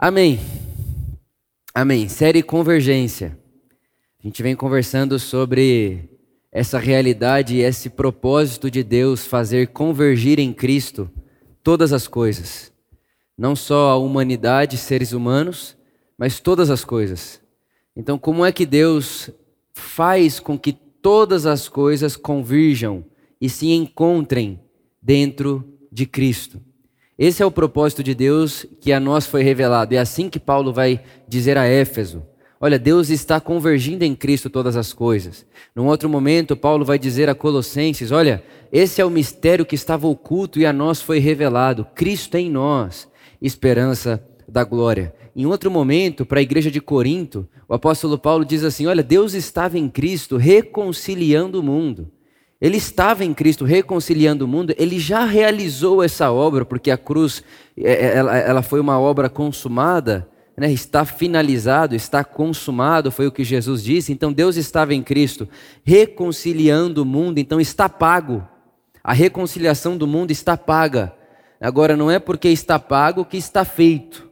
Amém. Amém. Série Convergência. A gente vem conversando sobre essa realidade e esse propósito de Deus fazer convergir em Cristo todas as coisas. Não só a humanidade, seres humanos, mas todas as coisas. Então, como é que Deus faz com que todas as coisas convirjam e se encontrem dentro de Cristo? Esse é o propósito de Deus que a nós foi revelado. É assim que Paulo vai dizer a Éfeso. Olha, Deus está convergindo em Cristo todas as coisas. Num outro momento, Paulo vai dizer a Colossenses, olha, esse é o mistério que estava oculto e a nós foi revelado. Cristo em nós, esperança da glória. Em outro momento, para a igreja de Corinto, o apóstolo Paulo diz assim, olha, Deus estava em Cristo reconciliando o mundo. Ele estava em Cristo reconciliando o mundo, ele já realizou essa obra, porque a cruz ela foi uma obra consumada, né? Está finalizado, está consumado, foi o que Jesus disse. Então Deus estava em Cristo reconciliando o mundo, então está pago. A reconciliação do mundo está paga. Agora não é porque está pago que está feito.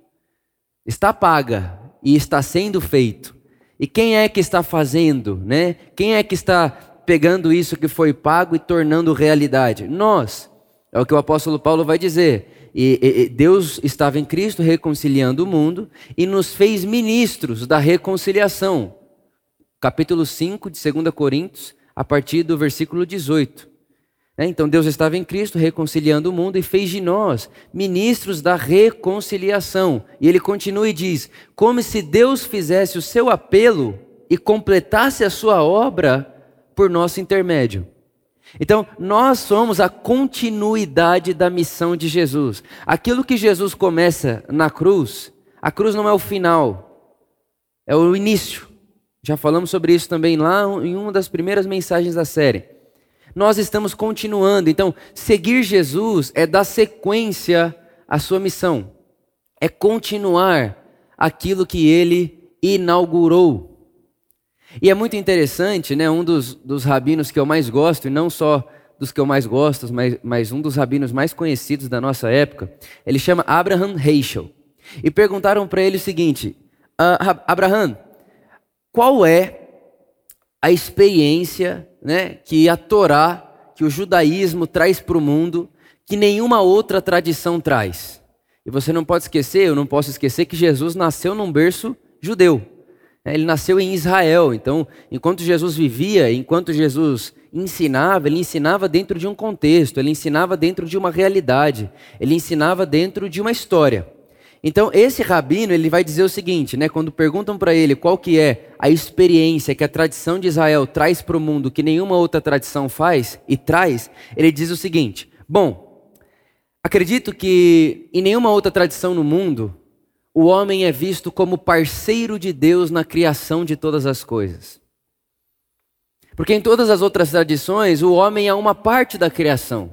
Está paga e está sendo feito. E quem é que está fazendo, né? Quem é que está pegando isso que foi pago e tornando realidade? Nós. É o que o apóstolo Paulo vai dizer. E Deus estava em Cristo reconciliando o mundo e nos fez ministros da reconciliação. Capítulo 5 de 2 Coríntios, a partir do versículo 18. Então Deus estava em Cristo reconciliando o mundo e fez de nós ministros da reconciliação. E ele continua e diz, como se Deus fizesse o seu apelo e completasse a sua obra por nosso intermédio. Então, nós somos a continuidade da missão de Jesus. Aquilo que Jesus começa na cruz, a cruz não é o final, é o início. Já falamos sobre isso também lá em uma das primeiras mensagens da série. Nós estamos continuando, então, seguir Jesus é dar sequência à sua missão. É continuar aquilo que ele inaugurou. E é muito interessante, né? Um dos rabinos que eu mais gosto, e não só dos que eu mais gosto, mas um dos rabinos mais conhecidos da nossa época, ele chama Abraham Heschel. E perguntaram para ele o seguinte, Abraham, qual é a experiência, né, que a Torá, que o judaísmo traz para o mundo, que nenhuma outra tradição traz? E você não pode esquecer, eu não posso esquecer que Jesus nasceu num berço judeu. Ele nasceu em Israel, então enquanto Jesus vivia, enquanto Jesus ensinava, ele ensinava dentro de um contexto, ele ensinava dentro de uma realidade, ele ensinava dentro de uma história. Então esse rabino, ele vai dizer o seguinte, né, quando perguntam para ele qual que é a experiência que a tradição de Israel traz para o mundo que nenhuma outra tradição faz e traz, ele diz o seguinte, bom, acredito que em nenhuma outra tradição no mundo, o homem é visto como parceiro de Deus na criação de todas as coisas. Porque em todas as outras tradições, o homem é uma parte da criação.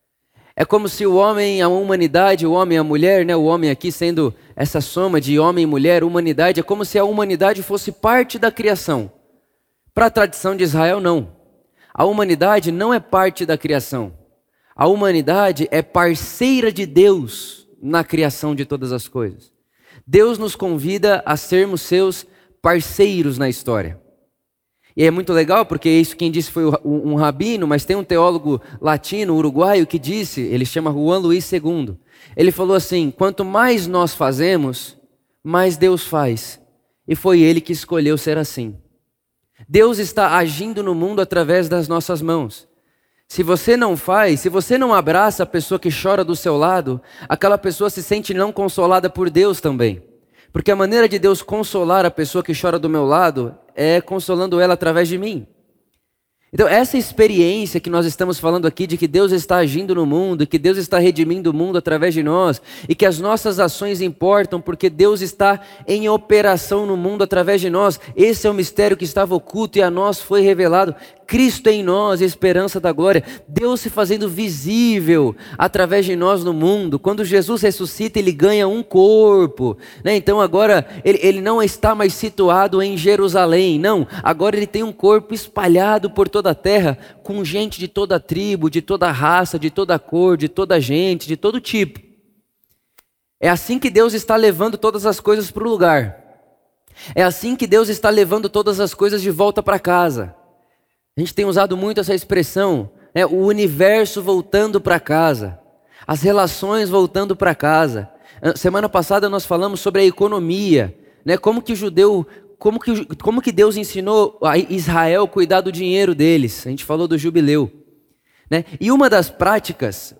É como se o homem, a humanidade, o homem e a mulher, né, o homem aqui sendo essa soma de homem e mulher, humanidade, é como se a humanidade fosse parte da criação. Para a tradição de Israel, não. A humanidade não é parte da criação. A humanidade é parceira de Deus na criação de todas as coisas. Deus nos convida a sermos seus parceiros na história. E é muito legal porque isso quem disse foi um rabino, mas tem um teólogo latino, uruguaio, que disse, ele chama Juan Luis II. Ele falou assim, quanto mais nós fazemos, mais Deus faz. E foi ele que escolheu ser assim. Deus está agindo no mundo através das nossas mãos. Se você não faz, se você não abraça a pessoa que chora do seu lado, aquela pessoa se sente não consolada por Deus também. Porque a maneira de Deus consolar a pessoa que chora do meu lado é consolando ela através de mim. Então essa experiência que nós estamos falando aqui de que Deus está agindo no mundo, que Deus está redimindo o mundo através de nós e que as nossas ações importam porque Deus está em operação no mundo através de nós. Esse é o mistério que estava oculto e a nós foi revelado. Cristo em nós, esperança da glória. Deus se fazendo visível através de nós no mundo. Quando Jesus ressuscita, ele ganha um corpo, né? Então agora ele não está mais situado em Jerusalém, não. Agora ele tem um corpo espalhado por toda a terra, com gente de toda tribo, de toda raça, de toda cor, de toda gente, de todo tipo. É assim que Deus está levando todas as coisas para o lugar. É assim que Deus está levando todas as coisas de volta para casa. A gente tem usado muito essa expressão, né? O universo voltando para casa, as relações voltando para casa. Semana passada nós falamos sobre a economia, né? Como que Deus ensinou a Israel a cuidar do dinheiro deles. A gente falou do jubileu, né? E uma das práticas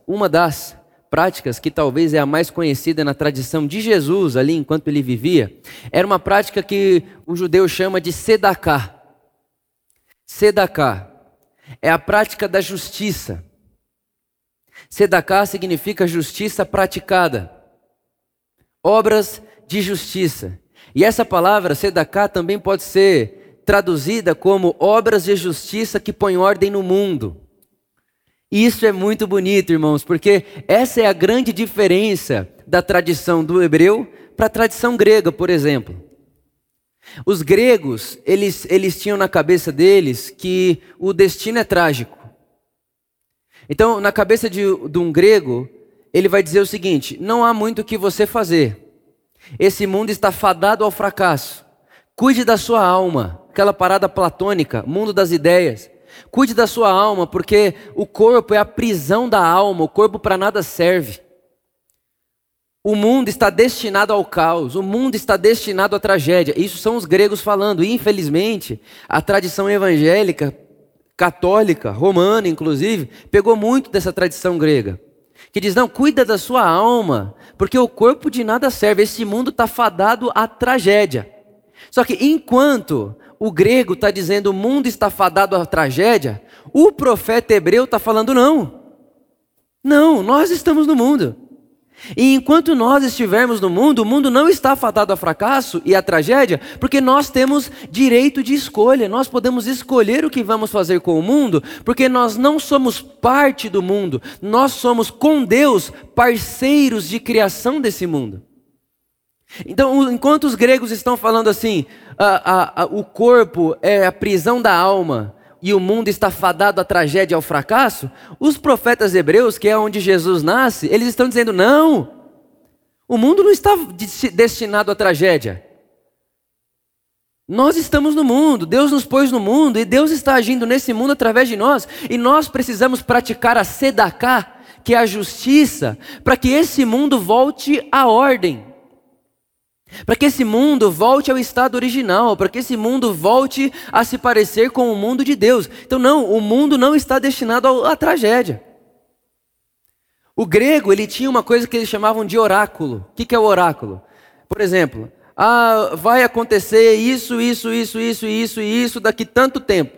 que talvez é a mais conhecida na tradição de Jesus, ali enquanto ele vivia, era uma prática que o judeu chama de sedaká. Sedaká é a prática da justiça. Sedaká significa justiça praticada, obras de justiça. E essa palavra sedaká também pode ser traduzida como obras de justiça que põem ordem no mundo. E isso é muito bonito, irmãos, porque essa é a grande diferença da tradição do hebreu para a tradição grega, por exemplo. Os gregos, eles tinham na cabeça deles que o destino é trágico. Então, na cabeça de um grego, ele vai dizer o seguinte: não há muito o que você fazer. Esse mundo está fadado ao fracasso. Cuide da sua alma, aquela parada platônica, mundo das ideias. Cuide da sua alma, porque o corpo é a prisão da alma, o corpo para nada serve. O mundo está destinado ao caos, o mundo está destinado à tragédia. Isso são os gregos falando. E infelizmente, a tradição evangélica, católica, romana inclusive, pegou muito dessa tradição grega. Que diz, não, cuida da sua alma, porque o corpo de nada serve. Esse mundo está fadado à tragédia. Só que enquanto o grego está dizendo o mundo está fadado à tragédia, o profeta hebreu está falando não, nós estamos no mundo. E enquanto nós estivermos no mundo, o mundo não está fadado ao fracasso e à tragédia, porque nós temos direito de escolha, nós podemos escolher o que vamos fazer com o mundo, porque nós não somos parte do mundo, nós somos com Deus parceiros de criação desse mundo. Então, enquanto os gregos estão falando assim, o corpo é a prisão da alma, e o mundo está fadado à tragédia e ao fracasso, os profetas hebreus, que é onde Jesus nasce, eles estão dizendo, não, o mundo não está destinado à tragédia. Nós estamos no mundo, Deus nos pôs no mundo, e Deus está agindo nesse mundo através de nós, e nós precisamos praticar a sedaká, que é a justiça, para que esse mundo volte à ordem. Para que esse mundo volte ao estado original, para que esse mundo volte a se parecer com o mundo de Deus. Então não, o mundo não está destinado à tragédia. O grego, ele tinha uma coisa que eles chamavam de oráculo. O que é o oráculo? Por exemplo, vai acontecer isso daqui tanto tempo.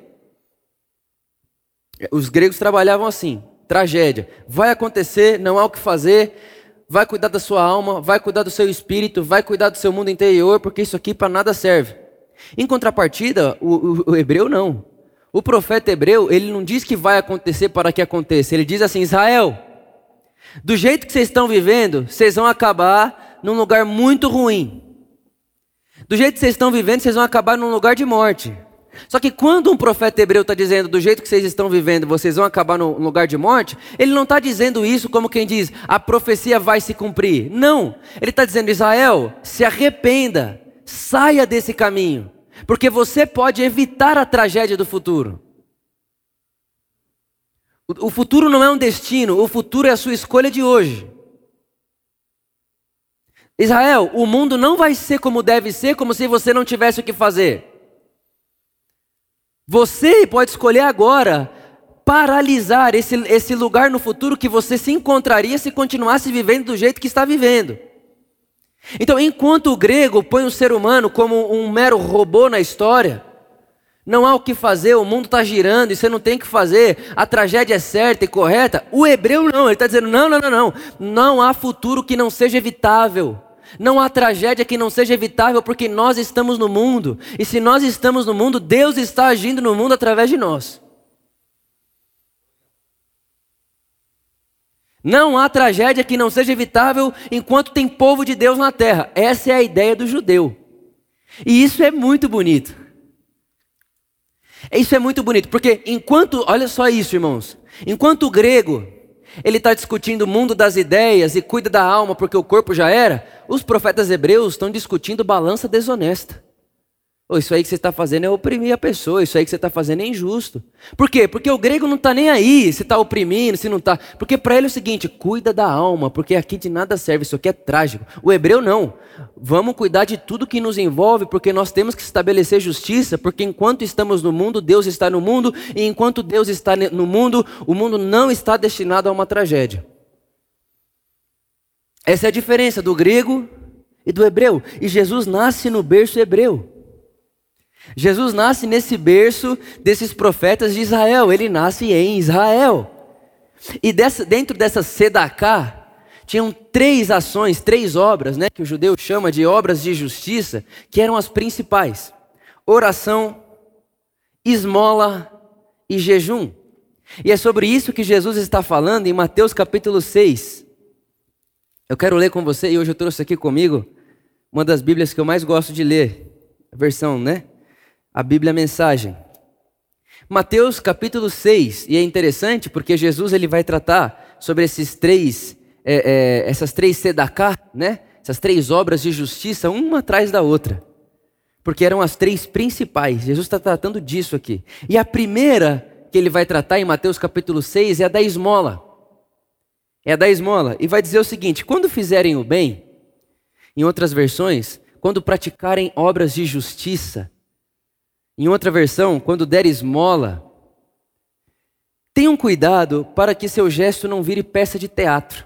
Os gregos trabalhavam assim, tragédia. Vai acontecer, não há o que fazer. Vai cuidar da sua alma, vai cuidar do seu espírito, vai cuidar do seu mundo interior, porque isso aqui para nada serve. Em contrapartida, o hebreu não. O profeta hebreu, ele não diz que vai acontecer para que aconteça. Ele diz assim, Israel, do jeito que vocês estão vivendo, vocês vão acabar num lugar muito ruim. Do jeito que vocês estão vivendo, vocês vão acabar num lugar de morte. Só que quando um profeta hebreu está dizendo, do jeito que vocês estão vivendo, vocês vão acabar no lugar de morte, ele não está dizendo isso como quem diz, a profecia vai se cumprir. Não, ele está dizendo, Israel, se arrependa, saia desse caminho, porque você pode evitar a tragédia do futuro. O futuro não é um destino, o futuro é a sua escolha de hoje. Israel, o mundo não vai ser como deve ser, como se você não tivesse o que fazer. Você pode escolher agora paralisar esse lugar no futuro que você se encontraria se continuasse vivendo do jeito que está vivendo. Então, enquanto o grego põe o ser humano como um mero robô na história, não há o que fazer, o mundo está girando e você não tem o que fazer, a tragédia é certa e correta, o hebreu não, ele está dizendo, não há futuro que não seja evitável. Não há tragédia que não seja evitável, porque nós estamos no mundo. E se nós estamos no mundo, Deus está agindo no mundo através de nós. Não há tragédia que não seja evitável enquanto tem povo de Deus na terra. Essa é a ideia do judeu. E isso é muito bonito. Isso é muito bonito, porque olha só isso, irmãos. Enquanto o grego, Ele está discutindo o mundo das ideias e cuida da alma porque o corpo já era. Os profetas hebreus estão discutindo balança desonesta. Isso aí que você está fazendo é oprimir a pessoa, isso aí que você está fazendo é injusto. Por quê? Porque o grego não está nem aí se está oprimindo, se não está. Porque para ele é o seguinte, cuida da alma, porque aqui de nada serve, isso aqui é trágico. O hebreu não. Vamos cuidar de tudo que nos envolve, porque nós temos que estabelecer justiça, porque enquanto estamos no mundo, Deus está no mundo, e enquanto Deus está no mundo, o mundo não está destinado a uma tragédia. Essa é a diferença do grego e do hebreu. E Jesus nasce no berço hebreu. Jesus nasce nesse berço desses profetas de Israel, ele nasce em Israel. E dentro dessa Sedaká, tinham 3 ações, 3 obras, né, que o judeu chama de obras de justiça, que eram as principais: oração, esmola e jejum. E é sobre isso que Jesus está falando em Mateus capítulo 6. Eu quero ler com você, e hoje eu trouxe aqui comigo uma das Bíblias que eu mais gosto de ler, a versão, né? A Bíblia Mensagem. Mateus capítulo 6, e é interessante porque Jesus ele vai tratar sobre essas 3 Sedaká, né? Essas 3 obras de justiça, uma atrás da outra. Porque eram as 3 principais. Jesus está tratando disso aqui. E a primeira que ele vai tratar em Mateus capítulo 6 é a da esmola. É a da esmola. E vai dizer o seguinte: quando fizerem o bem, em outras versões, quando praticarem obras de justiça, em outra versão, quando der esmola, tenham cuidado para que seu gesto não vire peça de teatro.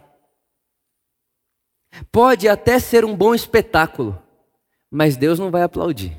Pode até ser um bom espetáculo, mas Deus não vai aplaudir.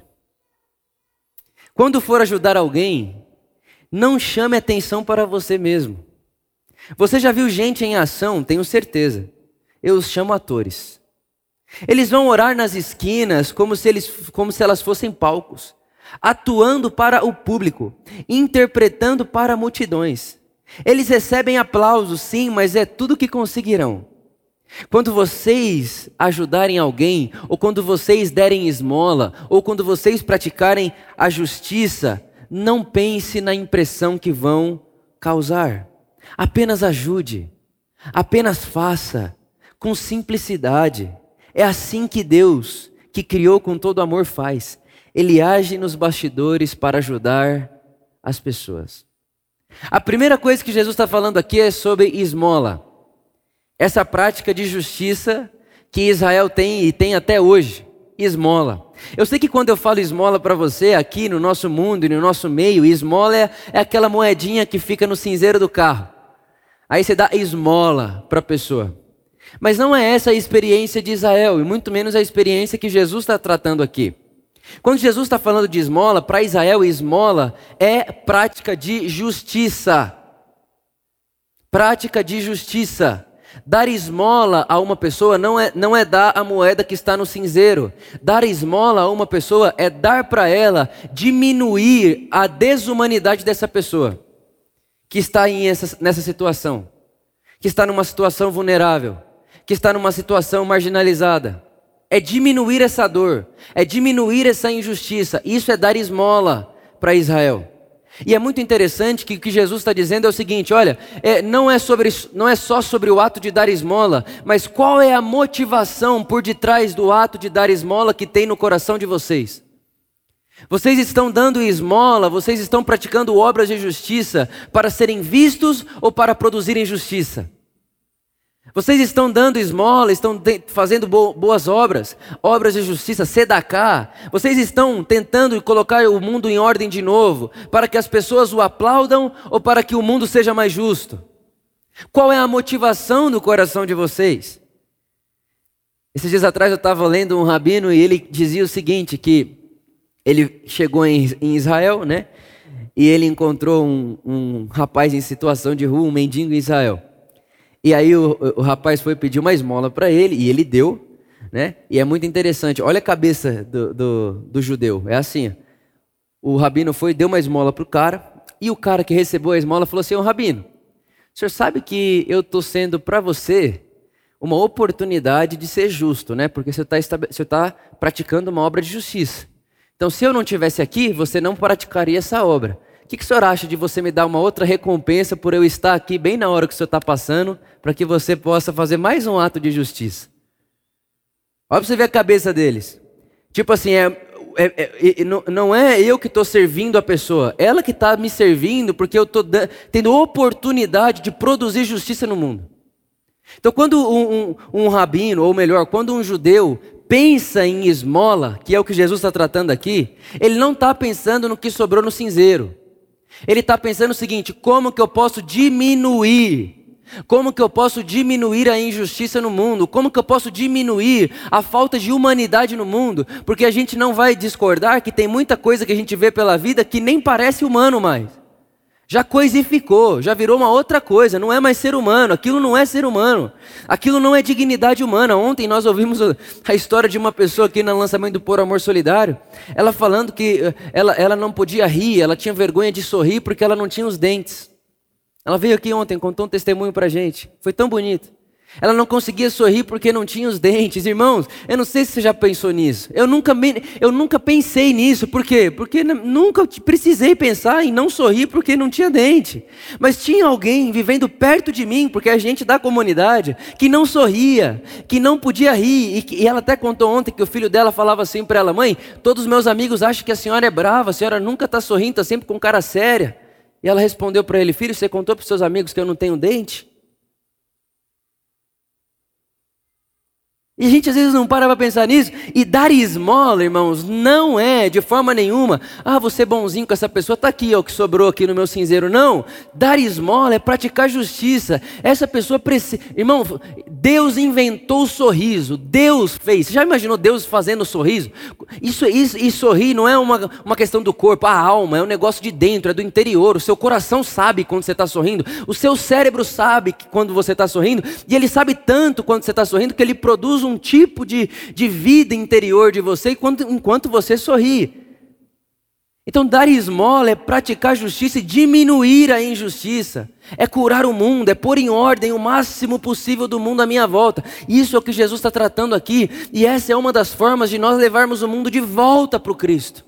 Quando for ajudar alguém, não chame atenção para você mesmo. Você já viu gente em ação, tenho certeza. Eu os chamo atores. Eles vão orar nas esquinas como se elas fossem palcos, atuando para o público, interpretando para multidões. Eles recebem aplausos, sim, mas é tudo que conseguirão. Quando vocês ajudarem alguém, ou quando vocês derem esmola, ou quando vocês praticarem a justiça, não pense na impressão que vão causar. Apenas ajude, apenas faça, com simplicidade. É assim que Deus, que criou com todo amor, faz. Ele age nos bastidores para ajudar as pessoas. A primeira coisa que Jesus está falando aqui é sobre esmola. Essa prática de justiça que Israel tem e tem até hoje. Esmola. Eu sei que quando eu falo esmola para você, aqui no nosso mundo e no nosso meio, esmola é aquela moedinha que fica no cinzeiro do carro. Aí você dá esmola para a pessoa. Mas não é essa a experiência de Israel, e muito menos a experiência que Jesus está tratando aqui. Quando Jesus está falando de esmola, para Israel, esmola é prática de justiça. Prática de justiça. Dar esmola a uma pessoa não é dar a moeda que está no cinzeiro. Dar esmola a uma pessoa é dar para ela, diminuir a desumanidade dessa pessoa que está nessa situação, que está numa situação vulnerável, que está numa situação marginalizada. É diminuir essa dor, é diminuir essa injustiça. Isso é dar esmola para Israel. E é muito interessante que o que Jesus está dizendo é o seguinte: olha, não é só sobre o ato de dar esmola, mas qual é a motivação por detrás do ato de dar esmola que tem no coração de vocês? Vocês estão dando esmola, vocês estão praticando obras de justiça para serem vistos ou para produzirem justiça? Vocês estão dando esmola, estão fazendo boas obras, obras de justiça, sedaká. Vocês estão tentando colocar o mundo em ordem de novo, para que as pessoas o aplaudam ou para que o mundo seja mais justo? Qual é a motivação do coração de vocês? Esses dias atrás eu estava lendo um rabino e ele dizia o seguinte, que ele chegou em Israel, né? E ele encontrou um rapaz em situação de rua, um mendigo em Israel. E aí o rapaz foi pedir uma esmola para ele e ele deu, né? E é muito interessante, olha a cabeça do judeu, é assim, o rabino foi, deu uma esmola para o cara, e o cara que recebeu a esmola falou assim: ô rabino, o senhor sabe que eu estou sendo para você uma oportunidade de ser justo, né? Porque você está praticando uma obra de justiça. Então se eu não estivesse aqui, você não praticaria essa obra. o que o senhor acha de você me dar uma outra recompensa por eu estar aqui bem na hora que o senhor está passando, para que você possa fazer mais um ato de justiça? Olha para você ver a cabeça deles. Tipo assim, não é eu que estou servindo a pessoa, ela que está me servindo porque eu estou tendo oportunidade de produzir justiça no mundo. Então quando um rabino, ou melhor, quando um judeu pensa em esmola, que é o que Jesus está tratando aqui, ele não está pensando no que sobrou no cinzeiro. Ele está pensando o seguinte: como que eu posso diminuir? Como que eu posso diminuir a injustiça no mundo? Como que eu posso diminuir a falta de humanidade no mundo? Porque a gente não vai discordar que tem muita coisa que a gente vê pela vida que nem parece humano mais. Já coisificou, já virou uma outra coisa, não é mais ser humano, aquilo não é ser humano, aquilo não é dignidade humana. Ontem nós ouvimos a história de uma pessoa aqui no lançamento do Por Amor Solidário, ela falando que ela não podia rir, ela tinha vergonha de sorrir porque ela não tinha os dentes. Ela veio aqui ontem, contou um testemunho pra gente, foi tão bonito. Ela não conseguia sorrir porque não tinha os dentes. Irmãos, eu não sei se você já pensou nisso. Eu nunca pensei nisso. Por quê? Porque nunca precisei pensar em não sorrir porque não tinha dente. Mas tinha alguém vivendo perto de mim, porque a gente da comunidade, que não sorria, que não podia rir. E ela até contou ontem que o filho dela falava assim para ela: mãe, todos os meus amigos acham que a senhora é brava, a senhora nunca está sorrindo, está sempre com cara séria. E ela respondeu para ele: filho, você contou para os seus amigos que eu não tenho dente? E a gente às vezes não para pensar nisso. E dar esmola, irmãos, não é de forma nenhuma: ah, você é bonzinho com essa pessoa, está aqui, ó, o que sobrou aqui no meu cinzeiro. Não, dar esmola é praticar justiça. Essa pessoa precisa... Irmão, Deus inventou o sorriso, Deus fez. Você já imaginou Deus fazendo sorriso? E sorrir não é uma questão do corpo, a alma, é um negócio de dentro, é do interior. O seu coração sabe quando você está sorrindo, o seu cérebro sabe quando você está sorrindo, e ele sabe tanto quando você está sorrindo que ele produz um tipo de vida interior de você enquanto você sorri. Então dar esmola é praticar justiça e diminuir a injustiça. É curar o mundo, é pôr em ordem o máximo possível do mundo à minha volta. Isso é o que Jesus está tratando aqui. E essa é uma das formas de nós levarmos o mundo de volta para o Cristo.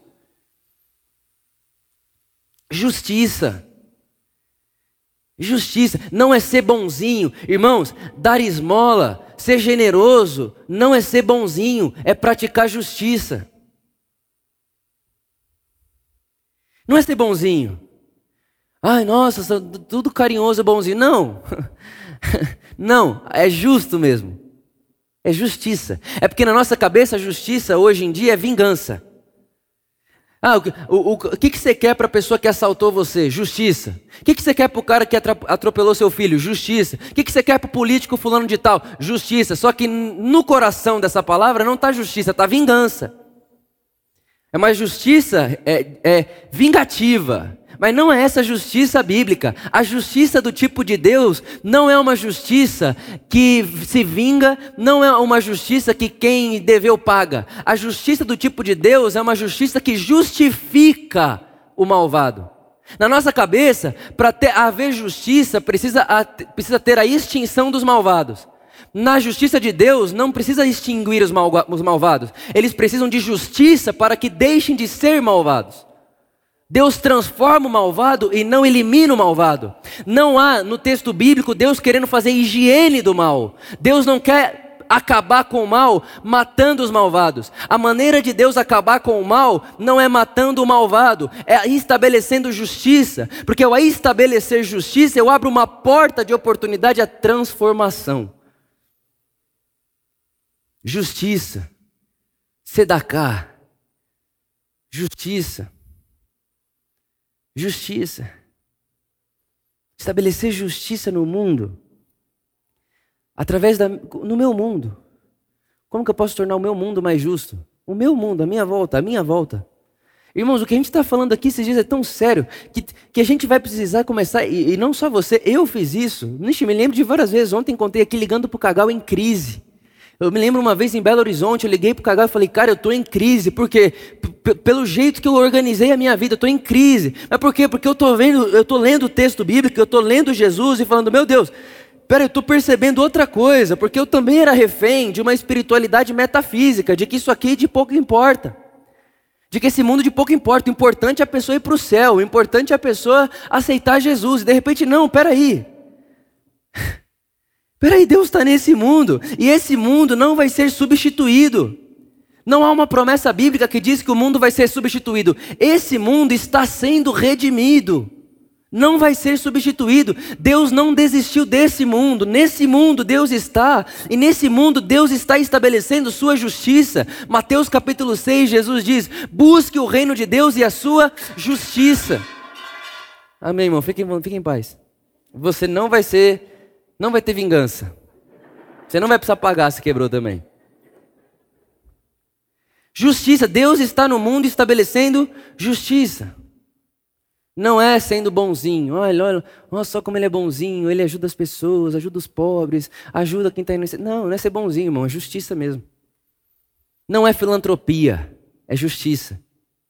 Justiça. Justiça não é ser bonzinho. Irmãos, dar esmola, ser generoso, não é ser bonzinho, é praticar justiça. Não é ser bonzinho. Ai, nossa, tudo carinhoso, bonzinho. Não. Não, é justo mesmo. É justiça. É porque na nossa cabeça a justiça hoje em dia é vingança. Ah, o que você quer para a pessoa que assaltou você? Justiça. O que você quer para o cara que atropelou seu filho? Justiça. O que você quer para o político fulano de tal? Justiça. Só que no coração dessa palavra não está justiça, está vingança. Mas justiça é vingativa. Mas não é essa justiça bíblica. A justiça do tipo de Deus não é uma justiça que se vinga, não é uma justiça que quem deveu paga. A justiça do tipo de Deus é uma justiça que justifica o malvado. Na nossa cabeça, para haver justiça, precisa ter a extinção dos malvados. Na justiça de Deus, não precisa extinguir os malvados. Eles precisam de justiça para que deixem de ser malvados. Deus transforma o malvado e não elimina o malvado. Não há no texto bíblico Deus querendo fazer higiene do mal. Deus não quer acabar com o mal matando os malvados. A maneira de Deus acabar com o mal não é matando o malvado, é estabelecendo justiça. Porque ao estabelecer justiça, eu abro uma porta de oportunidade à transformação. Justiça, sedaká, justiça, justiça, estabelecer justiça no mundo, no meu mundo. Como que eu posso tornar o meu mundo mais justo? O meu mundo, a minha volta. Irmãos, o que a gente está falando aqui esses dias é tão sério, que a gente vai precisar começar, e não só você, eu fiz isso, me lembro de várias vezes, ontem contei aqui ligando para o Cagal em crise. Eu me lembro uma vez em Belo Horizonte, eu liguei para o Cagal e falei: cara, eu estou em crise, porque pelo jeito que eu organizei a minha vida, eu estou em crise. Mas por quê? Porque eu estou lendo o texto bíblico, eu estou lendo Jesus e falando: meu Deus, eu estou percebendo outra coisa, porque eu também era refém de uma espiritualidade metafísica, de que isso aqui de pouco importa. De que esse mundo de pouco importa, o importante é a pessoa ir para o céu, o importante é a pessoa aceitar Jesus. E de repente, não, peraí. Peraí, Deus está nesse mundo, e esse mundo não vai ser substituído. Não há uma promessa bíblica que diz que o mundo vai ser substituído. Esse mundo está sendo redimido. Não vai ser substituído. Deus não desistiu desse mundo. Nesse mundo Deus está. E nesse mundo Deus está estabelecendo sua justiça. Mateus capítulo 6, Jesus diz: busque o reino de Deus e a sua justiça. Amém, irmão? Fique em paz. Você não vai ter vingança. Você não vai precisar pagar se quebrou também. Justiça. Deus está no mundo estabelecendo justiça. Não é sendo bonzinho. Olha só como ele é bonzinho. Ele ajuda as pessoas, ajuda os pobres, ajuda quem está indo. Não é ser bonzinho, irmão. É justiça mesmo. Não é filantropia. É justiça.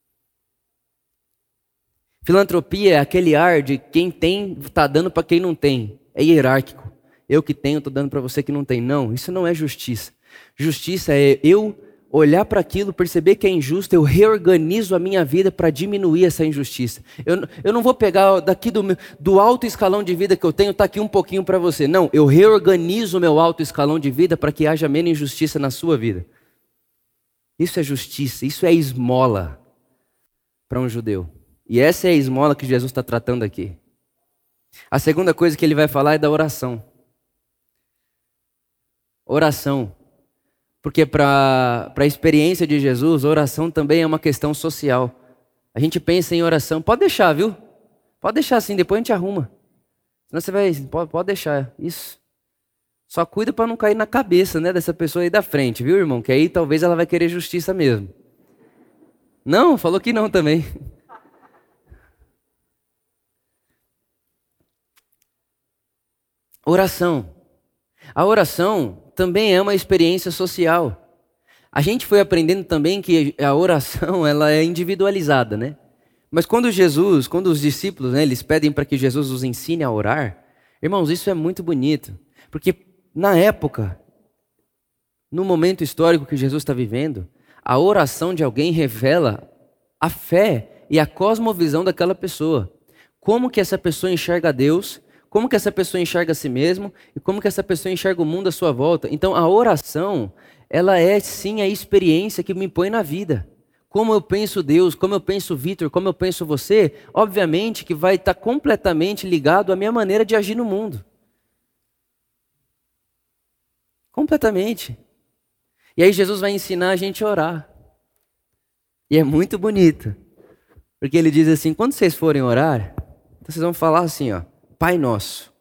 Filantropia é aquele ar de quem tem está dando para quem não tem. É hierárquico. Eu que tenho estou dando para você que não tem. Não, isso não é justiça. Justiça é eu olhar para aquilo, perceber que é injusto, eu reorganizo a minha vida para diminuir essa injustiça. Eu não vou pegar daqui do alto escalão de vida que eu tenho, está aqui um pouquinho para você. Não, eu reorganizo o meu alto escalão de vida para que haja menos injustiça na sua vida. Isso é justiça, isso é esmola para um judeu. E essa é a esmola que Jesus está tratando aqui. A segunda coisa que ele vai falar é da oração. Oração. Porque para a experiência de Jesus, oração também é uma questão social. A gente pensa em oração, pode deixar, viu? Pode deixar assim, depois a gente arruma. Senão você vai, pode deixar, isso. Só cuida para não cair na cabeça, né, dessa pessoa aí da frente, viu, irmão? Que aí talvez ela vai querer justiça mesmo. Não, falou que não também. Oração. A oração também é uma experiência social. A gente foi aprendendo também que a oração ela é individualizada, né? Mas quando os discípulos, né, eles pedem para que Jesus os ensine a orar, irmãos, isso é muito bonito. Porque na época, no momento histórico que Jesus está vivendo, a oração de alguém revela a fé e a cosmovisão daquela pessoa. Como que essa pessoa enxerga Deus, como que essa pessoa enxerga a si mesmo e como que essa pessoa enxerga o mundo à sua volta. Então a oração, ela é sim a experiência que me põe na vida. Como eu penso Deus, como eu penso Vitor, como eu penso você, obviamente que vai estar completamente ligado à minha maneira de agir no mundo. Completamente. E aí Jesus vai ensinar a gente a orar. E é muito bonito. Porque ele diz assim, quando vocês forem orar, vocês vão falar assim, ó, Pai Nosso.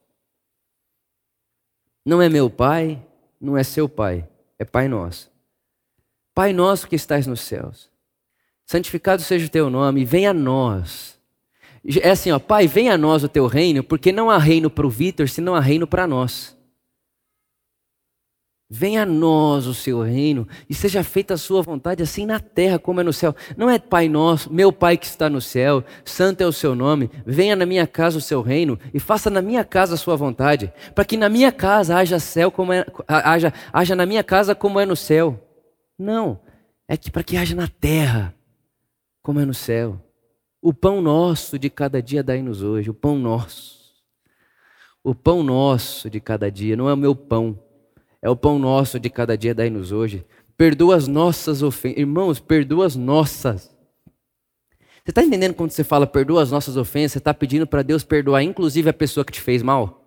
Não é meu pai, não é seu pai, é Pai Nosso. Pai Nosso que estás nos céus. Santificado seja o teu nome, venha a nós. É assim, ó, Pai, venha a nós o teu reino, porque não há reino para o Vitor, senão há reino para nós. Venha a nós o seu reino e seja feita a sua vontade assim na terra como é no céu. Não é Pai nosso, meu Pai que está no céu, santo é o seu nome, venha na minha casa o seu reino e faça na minha casa a sua vontade, para que na minha casa haja céu como é, haja na minha casa como é no céu. Não, é que para que haja na terra como é no céu. O pão nosso de cada dia dai-nos hoje, o pão nosso. O pão nosso de cada dia, não é o meu pão. É o pão nosso de cada dia, dai-nos hoje. Perdoa as nossas ofensas. Irmãos, perdoa as nossas. Você está entendendo quando você fala perdoa as nossas ofensas? Você está pedindo para Deus perdoar, inclusive a pessoa que te fez mal?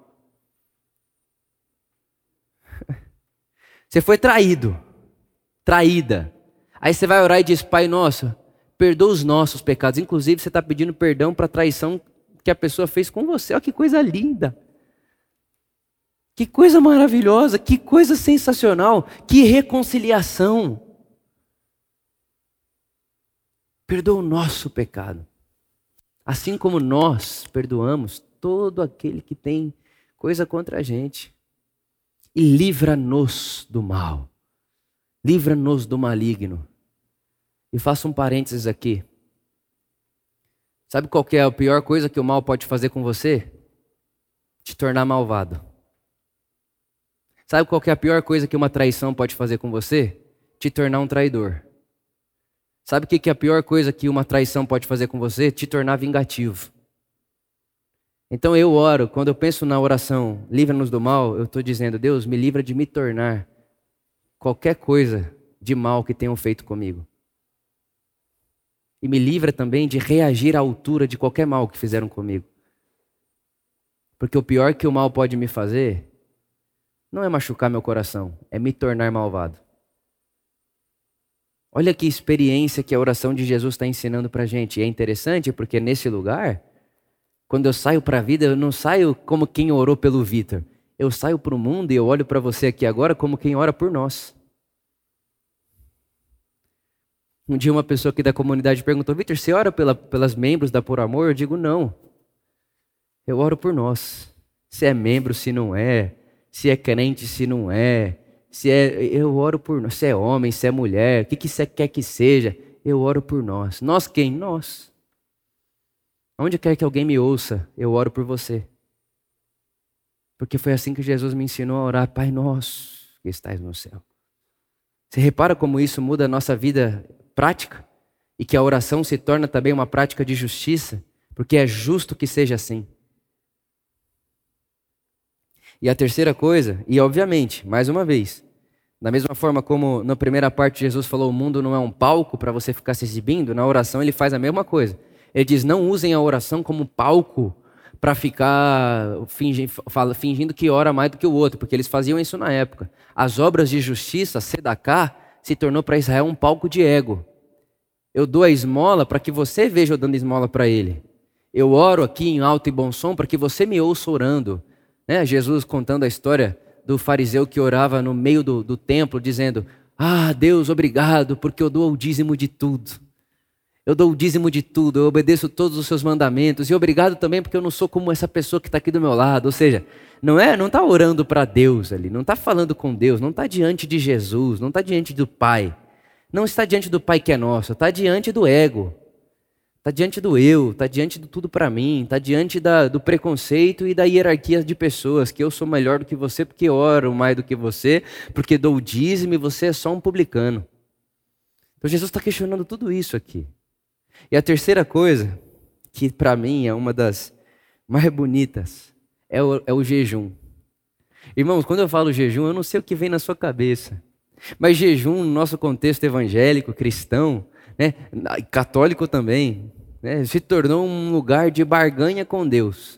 Você foi traído. Traída. Aí você vai orar e diz, Pai nosso, perdoa os nossos pecados. Inclusive você está pedindo perdão para a traição que a pessoa fez com você. Olha que coisa linda. Que coisa maravilhosa, que coisa sensacional, que reconciliação. Perdoa o nosso pecado. Assim como nós perdoamos todo aquele que tem coisa contra a gente. E livra-nos do mal. Livra-nos do maligno. E faço um parênteses aqui. Sabe qual que é a pior coisa que o mal pode fazer com você? Te tornar malvado. Sabe qual que é a pior coisa que uma traição pode fazer com você? Te tornar um traidor. Sabe o que é a pior coisa que uma traição pode fazer com você? Te tornar vingativo. Então eu oro, quando eu penso na oração, livra-nos do mal, eu estou dizendo, Deus, me livra de me tornar qualquer coisa de mal que tenham feito comigo. E me livra também de reagir à altura de qualquer mal que fizeram comigo. Porque o pior que o mal pode me fazer não é machucar meu coração, é me tornar malvado. Olha que experiência que a oração de Jesus está ensinando para a gente. E é interessante porque nesse lugar, quando eu saio para a vida, eu não saio como quem orou pelo Vitor. Eu saio para o mundo e eu olho para você aqui agora como quem ora por nós. Um dia uma pessoa aqui da comunidade perguntou, Vitor, você ora pelas membros da Por Amor? Eu digo, não. Eu oro por nós. Se é membro, se não é. Se é crente, se não é. Eu oro por nós. Se é homem, se é mulher. O que você quer que seja. Eu oro por nós. Nós quem? Nós. Onde quer que alguém me ouça, eu oro por você. Porque foi assim que Jesus me ensinou a orar. Pai nosso, que estás no céu. Você repara como isso muda a nossa vida prática? E que a oração se torna também uma prática de justiça? Porque é justo que seja assim. E a terceira coisa, e obviamente, mais uma vez, da mesma forma como na primeira parte Jesus falou, o mundo não é um palco para você ficar se exibindo, na oração ele faz a mesma coisa. Ele diz, não usem a oração como palco para ficar fingindo que ora mais do que o outro, porque eles faziam isso na época. As obras de justiça, Sedaká, se tornou para Israel um palco de ego. Eu dou a esmola para que você veja eu dando esmola para ele. Eu oro aqui em alto e bom som para que você me ouça orando. Jesus contando a história do fariseu que orava no meio do templo, dizendo, Deus, obrigado, porque eu dou o dízimo de tudo. Eu dou o dízimo de tudo, eu obedeço todos os seus mandamentos. E obrigado também porque eu não sou como essa pessoa que está aqui do meu lado. Ou seja, não está orando para Deus ali, não está falando com Deus, não está diante de Jesus, não está diante do Pai. Não está diante do Pai que é nosso, está diante do ego. Está diante do eu, está diante do tudo para mim, está diante do preconceito e da hierarquia de pessoas, que eu sou melhor do que você porque oro mais do que você, porque dou o dízimo e você é só um publicano. Então Jesus está questionando tudo isso aqui. E a terceira coisa, que para mim é uma das mais bonitas, é o jejum. Irmãos, quando eu falo jejum, eu não sei o que vem na sua cabeça. Mas jejum, no nosso contexto evangélico, cristão, católico também, se tornou um lugar de barganha com Deus.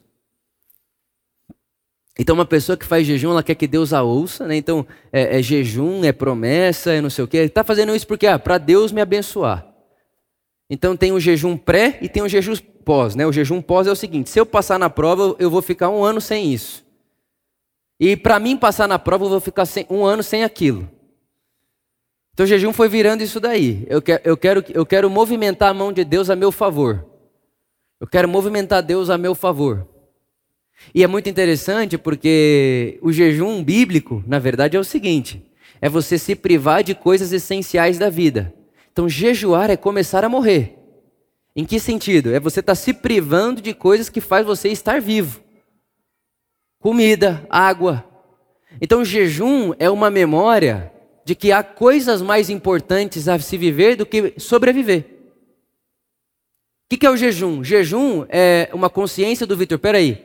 Então uma pessoa que faz jejum, ela quer que Deus a ouça, Então é jejum, é promessa, é não sei o quê. Ele está fazendo isso porque para Deus me abençoar. Então tem o jejum pré e tem o jejum pós. O jejum pós é o seguinte, se eu passar na prova, eu vou ficar 1 ano sem isso. E para mim passar na prova, eu vou ficar 1 ano sem aquilo. Então o jejum foi virando isso daí. Eu quero movimentar a mão de Deus a meu favor. Eu quero movimentar Deus a meu favor. E é muito interessante porque o jejum bíblico, na verdade, é o seguinte. É você se privar de coisas essenciais da vida. Então jejuar é começar a morrer. Em que sentido? É você estar se privando de coisas que faz você estar vivo. Comida, água. Então o jejum é uma memória de que há coisas mais importantes a se viver do que sobreviver. O que é o jejum? Jejum é uma consciência do Vitor, peraí,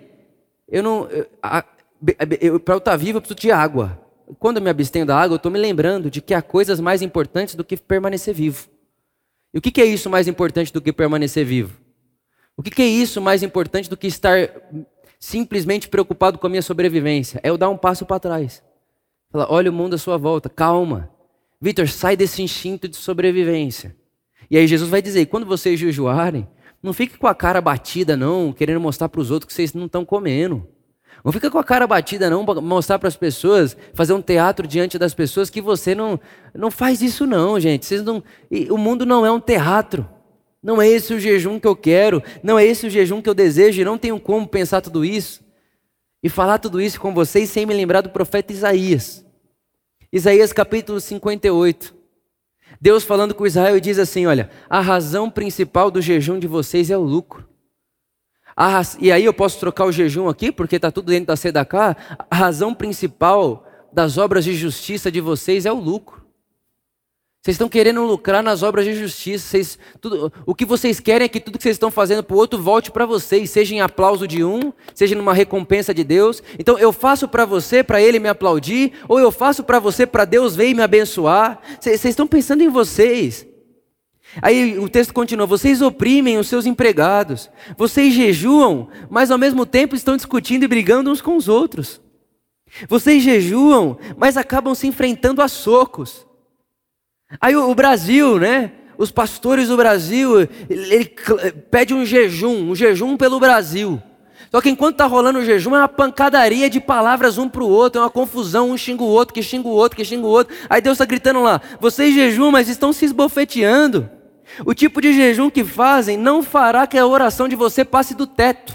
para eu estar vivo eu preciso de água. Quando eu me abstenho da água, eu estou me lembrando de que há coisas mais importantes do que permanecer vivo. E o que é isso mais importante do que permanecer vivo? O que é isso mais importante do que estar simplesmente preocupado com a minha sobrevivência? É eu dar um passo para trás. Fala, olha o mundo à sua volta, calma. Vitor, sai desse instinto de sobrevivência. E aí Jesus vai dizer, quando vocês jejuarem, não fique com a cara batida não, querendo mostrar para os outros que vocês não estão comendo. Não fica com a cara batida não, para mostrar para as pessoas, fazer um teatro diante das pessoas que você não faz isso não, gente. O mundo não é um teatro. Não é esse o jejum que eu quero, não é esse o jejum que eu desejo e não tenho como pensar tudo isso. E falar tudo isso com vocês sem me lembrar do profeta Isaías. Isaías capítulo 58. Deus falando com Israel e diz assim, olha, a razão principal do jejum de vocês é o lucro. E aí eu posso trocar o jejum aqui, porque está tudo dentro da Sedaká. A razão principal das obras de justiça de vocês é o lucro. Vocês estão querendo lucrar nas obras de justiça. O que vocês querem é que tudo que vocês estão fazendo para o outro volte para vocês, seja em aplauso de um, seja numa recompensa de Deus. Então eu faço para você, para ele me aplaudir, ou eu faço para você, para Deus ver e me abençoar. Vocês estão pensando em vocês. Aí o texto continua: vocês oprimem os seus empregados, vocês jejuam, mas ao mesmo tempo estão discutindo e brigando uns com os outros. Vocês jejuam, mas acabam se enfrentando a socos. Aí o Brasil, né? Os pastores do Brasil, ele pede um jejum pelo Brasil. Só que enquanto está rolando o jejum, é uma pancadaria de palavras um para o outro, é uma confusão, um xinga o outro, que xinga o outro, que xinga o outro. Aí Deus está gritando lá: vocês jejuam, mas estão se esbofeteando. O tipo de jejum que fazem não fará que a oração de você passe do teto.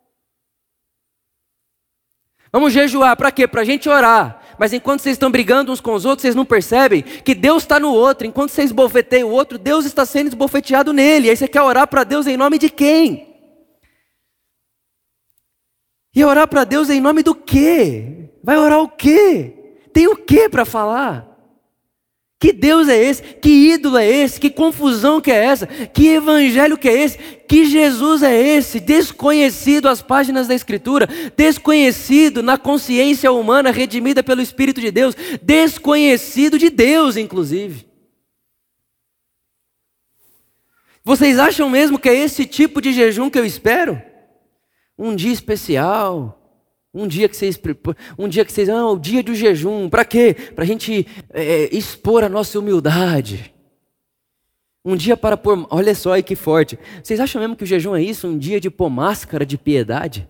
Vamos jejuar, para quê? Para a gente orar. Mas enquanto vocês estão brigando uns com os outros, vocês não percebem que Deus está no outro. Enquanto vocês esbofeteiam o outro, Deus está sendo esbofeteado nele. Aí você quer orar para Deus em nome de quem? E orar para Deus em nome do quê? Vai orar o quê? Tem o quê para falar? Que Deus é esse? Que ídolo é esse? Que confusão que é essa? Que evangelho que é esse? Que Jesus é esse? Desconhecido às páginas da Escritura, desconhecido na consciência humana redimida pelo Espírito de Deus, desconhecido de Deus, inclusive. Vocês acham mesmo que é esse tipo de jejum que eu espero? Um dia especial. O dia que vocês, o dia do jejum, para quê? Para a gente expor a nossa humildade. Um dia para pôr, olha só aí que forte. Vocês acham mesmo que o jejum é isso? Um dia de pôr máscara de piedade?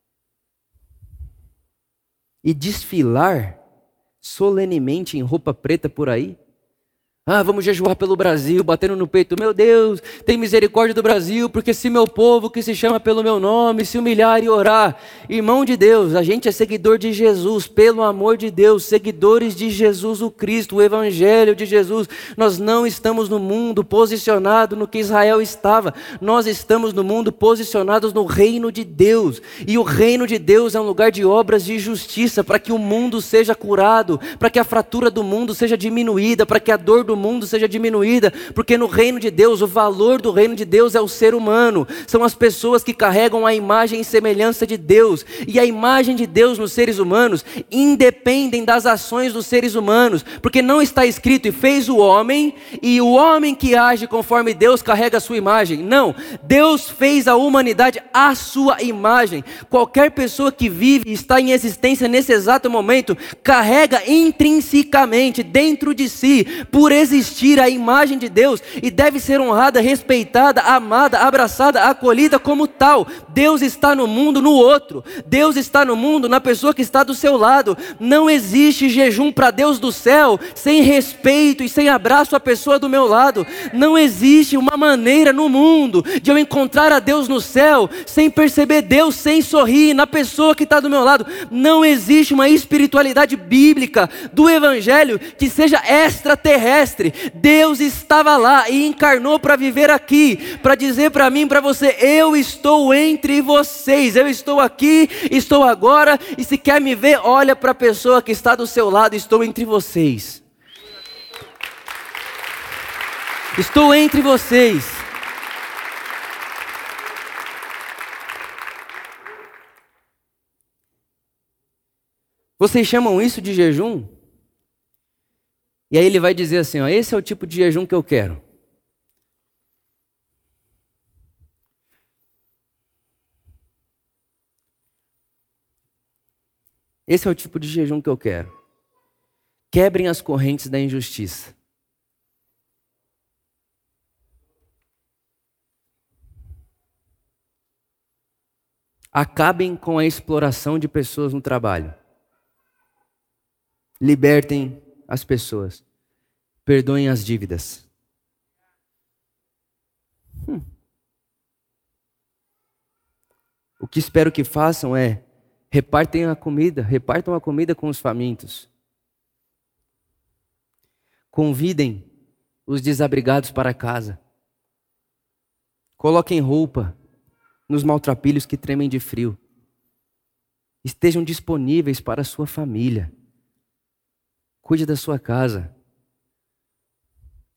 E desfilar solenemente em roupa preta por aí? Vamos jejuar pelo Brasil, batendo no peito: meu Deus, tem misericórdia do Brasil, porque se meu povo que se chama pelo meu nome se humilhar e orar. Irmão de Deus, a gente é seguidor de Jesus, pelo amor de Deus, seguidores de Jesus o Cristo, o Evangelho de Jesus. Nós não estamos no mundo posicionado no que Israel estava, nós estamos no mundo posicionados no reino de Deus. E o reino de Deus é um lugar de obras de justiça, para que o mundo seja curado, para que a fratura do mundo seja diminuída, para que a dor do mundo seja diminuída, porque no reino de Deus, o valor do reino de Deus é o ser humano, são as pessoas que carregam a imagem e semelhança de Deus, e a imagem de Deus nos seres humanos independem das ações dos seres humanos, porque não está escrito: e fez o homem, e o homem que age conforme Deus carrega a sua imagem. Não, Deus fez a humanidade à sua imagem. Qualquer pessoa que vive e está em existência nesse exato momento, carrega intrinsecamente dentro de si, por existir, a imagem de Deus, e deve ser honrada, respeitada, amada, abraçada, acolhida como tal. Deus está no mundo, no outro. Deus está no mundo, na pessoa que está do seu lado. Não existe jejum para Deus do céu sem respeito e sem abraço à pessoa do meu lado. Não existe uma maneira no mundo de eu encontrar a Deus no céu sem perceber Deus, sem sorrir na pessoa que está do meu lado. Não existe uma espiritualidade bíblica do Evangelho que seja extraterrestre. Deus estava lá e encarnou para viver aqui, para dizer para mim, para você: eu estou entre vocês, eu estou aqui, estou agora, e se quer me ver, olha para a pessoa que está do seu lado: estou entre vocês. Estou entre vocês. Vocês chamam isso de jejum? E aí ele vai dizer assim: esse é o tipo de jejum que eu quero. Esse é o tipo de jejum que eu quero. Quebrem as correntes da injustiça. Acabem com a exploração de pessoas no trabalho. Libertem as pessoas. Perdoem as dívidas. O que espero que façam é: repartam a comida com os famintos. Convidem os desabrigados para casa. Coloquem roupa nos maltrapilhos que tremem de frio. Estejam disponíveis para a sua família. Cuide da sua casa.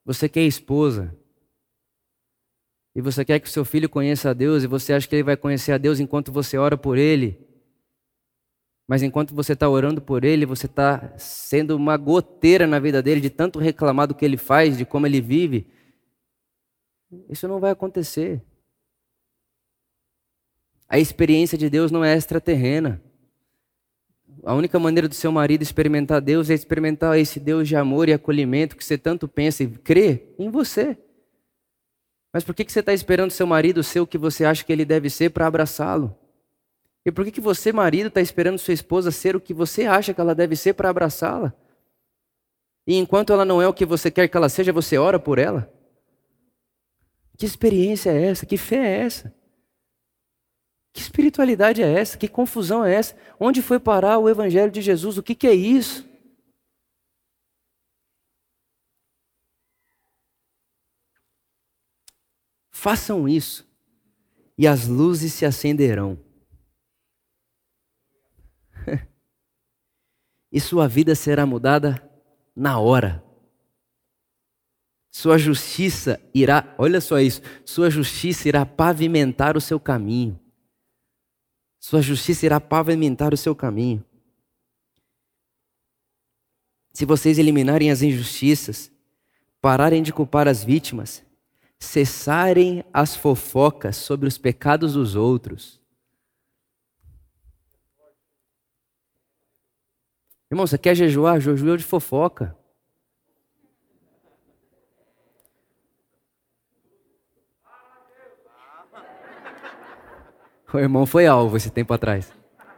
Você que é esposa, e você quer que o seu filho conheça a Deus, e você acha que ele vai conhecer a Deus enquanto você ora por ele, mas enquanto você está orando por ele, você está sendo uma goteira na vida dele, de tanto reclamar do que ele faz, de como ele vive. Isso não vai acontecer. A experiência de Deus não é extraterrena. A única maneira do seu marido experimentar Deus é experimentar esse Deus de amor e acolhimento que você tanto pensa e crê em você. Mas por que você está esperando seu marido ser o que você acha que ele deve ser para abraçá-lo? E por que você, marido, está esperando sua esposa ser o que você acha que ela deve ser para abraçá-la? E enquanto ela não é o que você quer que ela seja, você ora por ela? Que experiência é essa? Que fé é essa? Que espiritualidade é essa? Que confusão é essa? Onde foi parar o Evangelho de Jesus? O que é isso? Façam isso e as luzes se acenderão. E sua vida será mudada na hora. Sua justiça irá, olha só isso, sua justiça irá pavimentar o seu caminho. Sua justiça irá pavimentar o seu caminho. Se vocês eliminarem as injustiças, pararem de culpar as vítimas, cessarem as fofocas sobre os pecados dos outros. Irmão, você quer jejuar? Jejua de fofoca. O irmão foi alvo esse tempo atrás.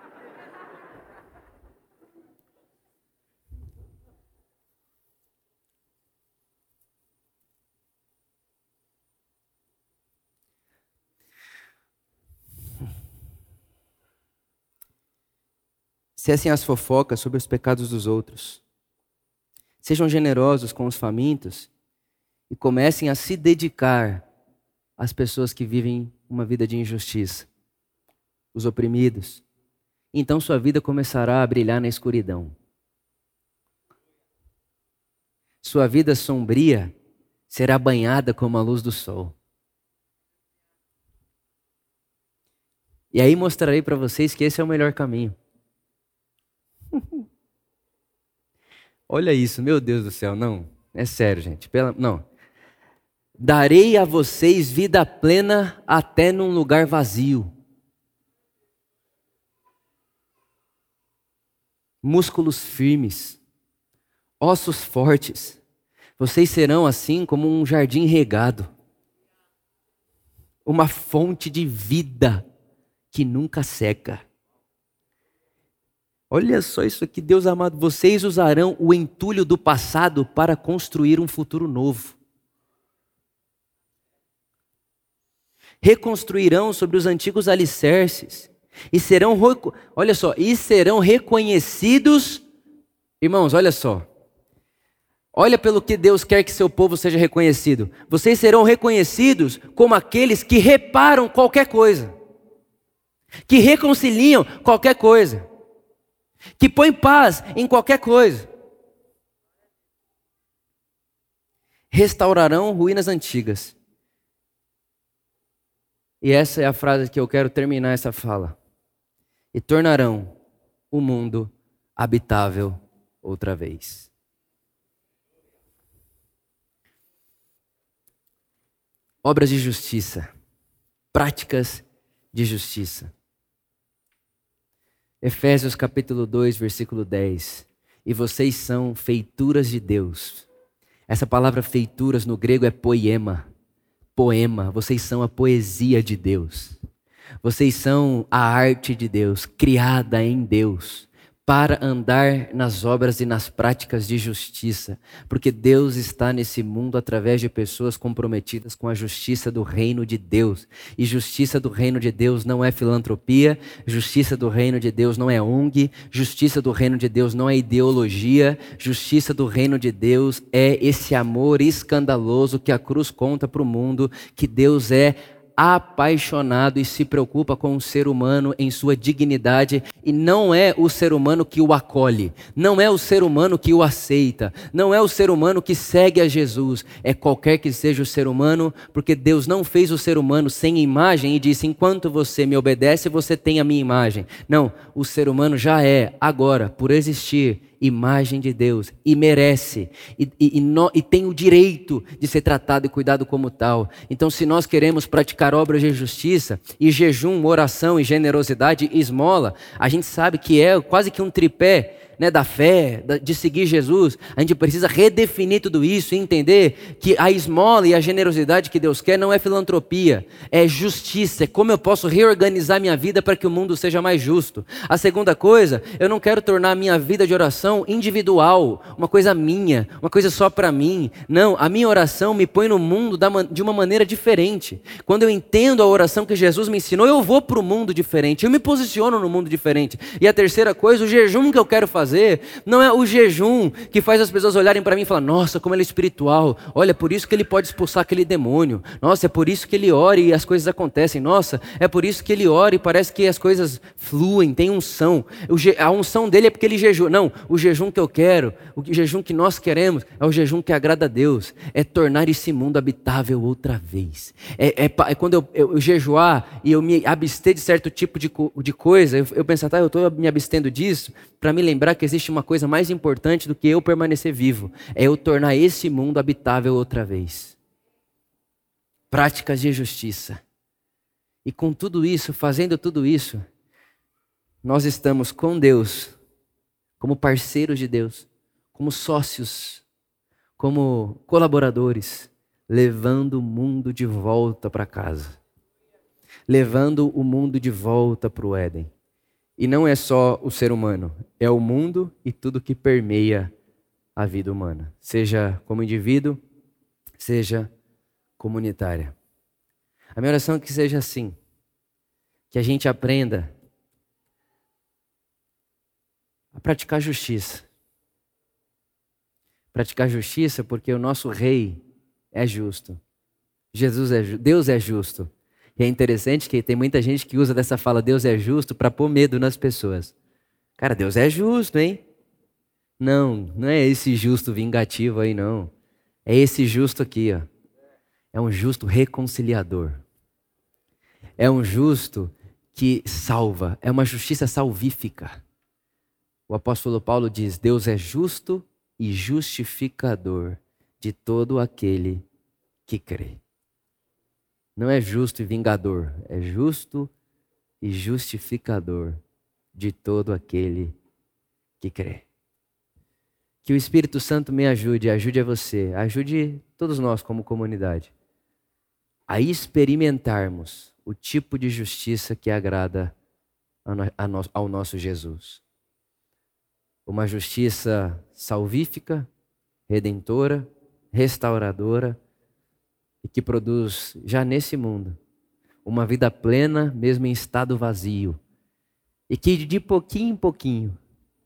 Cessem as fofocas sobre os pecados dos outros. Sejam generosos com os famintos e comecem a se dedicar às pessoas que vivem uma vida de injustiça, os oprimidos. Então sua vida começará a brilhar na escuridão. Sua vida sombria será banhada como a luz do sol. E aí mostrarei para vocês que esse é o melhor caminho. Olha isso, meu Deus do céu, não, é sério, gente, não. Darei a vocês vida plena até num lugar vazio. Músculos firmes, ossos fortes. Vocês serão assim como um jardim regado. Uma fonte de vida que nunca seca. Olha só isso aqui, Deus amado. Vocês usarão o entulho do passado para construir um futuro novo. Reconstruirão sobre os antigos alicerces. E serão, olha só, e serão reconhecidos. Irmãos, olha só. Olha pelo que Deus quer que seu povo seja reconhecido. Vocês serão reconhecidos como aqueles que reparam qualquer coisa. Que reconciliam qualquer coisa. Que põe paz em qualquer coisa. Restaurarão ruínas antigas. E essa é a frase que eu quero terminar essa fala. E tornarão o mundo habitável outra vez. Obras de justiça. Práticas de justiça. Efésios capítulo 2, versículo 10. E vocês são feituras de Deus. Essa palavra feituras no grego é poema. Poema. Vocês são a poesia de Deus. Vocês são a arte de Deus, criada em Deus, para andar nas obras e nas práticas de justiça. Porque Deus está nesse mundo através de pessoas comprometidas com a justiça do reino de Deus. E justiça do reino de Deus não é filantropia, justiça do reino de Deus não é ONG, justiça do reino de Deus não é ideologia, justiça do reino de Deus é esse amor escandaloso que a cruz conta para o mundo, que Deus é apaixonado e se preocupa com o ser humano em sua dignidade, e não é o ser humano que o acolhe, não é o ser humano que o aceita, não é o ser humano que segue a Jesus, é qualquer que seja o ser humano, porque Deus não fez o ser humano sem imagem e disse: enquanto você me obedece, você tem a minha imagem. Não, o ser humano já é, agora, por existir, imagem de Deus, e merece, e tem o direito de ser tratado e cuidado como tal. Então, se nós queremos praticar obras de justiça, e jejum, oração, e generosidade, e esmola, a gente sabe que é quase que um tripé, né, da fé, de seguir Jesus. A gente precisa redefinir tudo isso e entender que a esmola e a generosidade que Deus quer não é filantropia, é justiça, é como eu posso reorganizar minha vida para que o mundo seja mais justo. A segunda coisa, eu não quero tornar a minha vida de oração individual, uma coisa minha, uma coisa só para mim. Não, a minha oração me põe no mundo de uma maneira diferente. Quando eu entendo a oração que Jesus me ensinou, eu vou para o mundo diferente, eu me posiciono no mundo diferente. E a terceira coisa, o jejum que eu quero fazer, não é o jejum que faz as pessoas olharem para mim e falar: nossa, como ele é espiritual, olha, por isso que ele pode expulsar aquele demônio, nossa, é por isso que ele ora e as coisas acontecem, nossa, é por isso que ele ora e parece que as coisas fluem, tem unção, a unção dele é porque ele jejua. Não, o jejum que eu quero, o jejum que nós queremos, é o jejum que agrada a Deus, é tornar esse mundo habitável outra vez, é quando eu jejuar e eu me abster de certo tipo de coisa, eu pensar: tá, eu estou me abstendo disso, para me lembrar que existe uma coisa mais importante do que eu permanecer vivo, é eu tornar esse mundo habitável outra vez. Práticas de justiça. E com tudo isso, fazendo tudo isso, nós estamos com Deus, como parceiros de Deus, como sócios, como colaboradores, levando o mundo de volta para casa, levando o mundo de volta para o Éden. E não é só o ser humano, é o mundo e tudo que permeia a vida humana, seja como indivíduo, seja comunitária. A minha oração é que seja assim, que a gente aprenda a praticar justiça. Praticar justiça porque o nosso rei é justo. Deus é justo. E é interessante que tem muita gente que usa dessa fala, Deus é justo, para pôr medo nas pessoas. Cara, Deus é justo, hein? Não, não é esse justo vingativo aí, não. É esse justo aqui, ó. É um justo reconciliador. É um justo que salva. É uma justiça salvífica. O apóstolo Paulo diz: Deus é justo e justificador de todo aquele que crê. Não é justo e vingador, é justo e justificador de todo aquele que crê. Que o Espírito Santo me ajude a você, ajude todos nós como comunidade, a experimentarmos o tipo de justiça que agrada ao nosso Jesus. Uma justiça salvífica, redentora, restauradora, e que produz, já nesse mundo, uma vida plena, mesmo em estado vazio. E que de pouquinho em pouquinho,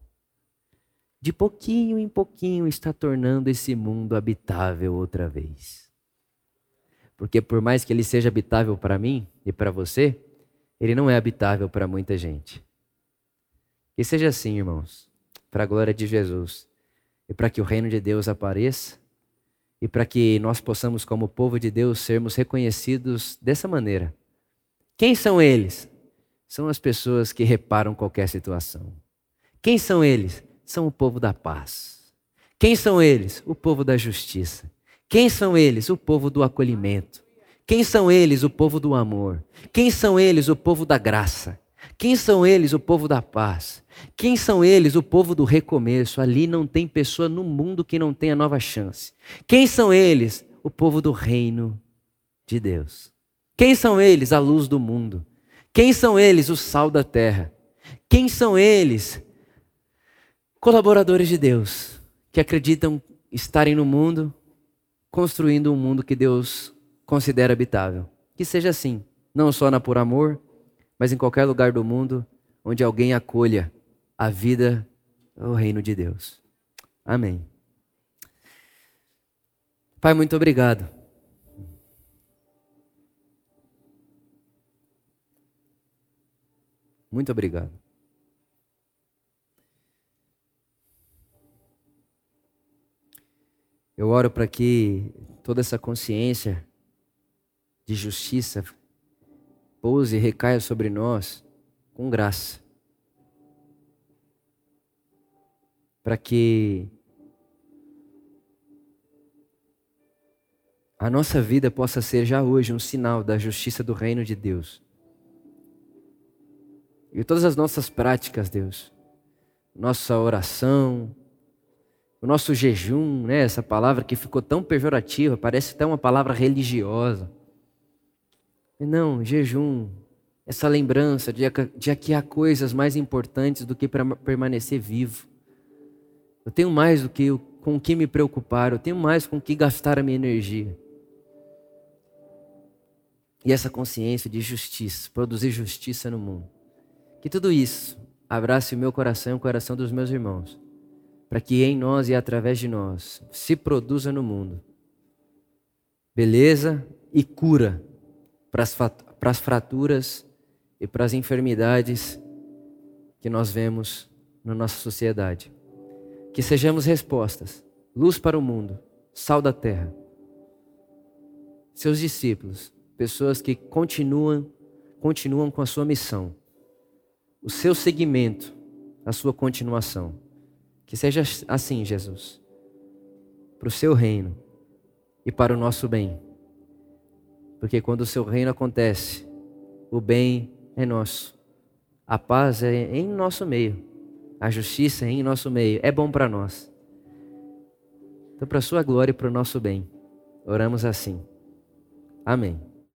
está tornando esse mundo habitável outra vez. Porque por mais que ele seja habitável para mim e para você, ele não é habitável para muita gente. Que seja assim, irmãos, para a glória de Jesus. E para que o reino de Deus apareça. E para que nós possamos, como povo de Deus, sermos reconhecidos dessa maneira. Quem são eles? São as pessoas que reparam qualquer situação. Quem são eles? São o povo da paz. Quem são eles? O povo da justiça. Quem são eles? O povo do acolhimento. Quem são eles? O povo do amor. Quem são eles? O povo da graça. Quem são eles? O povo da paz. Quem são eles? O povo do recomeço. Ali não tem pessoa no mundo que não tenha nova chance. Quem são eles? O povo do reino de Deus. Quem são eles? A luz do mundo. Quem são eles? O sal da terra. Quem são eles? Colaboradores de Deus, que acreditam estarem no mundo, construindo um mundo que Deus considera habitável. Que seja assim, não só na Por Amor, mas em qualquer lugar do mundo onde alguém acolha a vida ao reino de Deus. Amém. Pai, muito obrigado. Muito obrigado. Eu oro para que toda essa consciência de justiça pouse e recaia sobre nós com graça. Para que a nossa vida possa ser já hoje um sinal da justiça do reino de Deus. E todas as nossas práticas, Deus, nossa oração, o nosso jejum, né? Essa palavra que ficou tão pejorativa, parece até uma palavra religiosa. E não, jejum, essa lembrança de que há coisas mais importantes do que permanecer vivo. Eu tenho mais do que com o que me preocupar, eu tenho mais com o que gastar a minha energia. E essa consciência de justiça, produzir justiça no mundo. Que tudo isso abrace o meu coração e o coração dos meus irmãos, para que em nós e através de nós se produza no mundo beleza e cura para as fraturas e para as enfermidades que nós vemos na nossa sociedade. Que sejamos respostas, luz para o mundo, sal da terra. Seus discípulos, pessoas que continuam com a sua missão, o seu seguimento, a sua continuação. Que seja assim, Jesus, para o seu reino e para o nosso bem. Porque quando o seu reino acontece, o bem é nosso, a paz é em nosso meio, a justiça é em nosso meio, é bom para nós. Então, para a sua glória e para o nosso bem, oramos assim. Amém.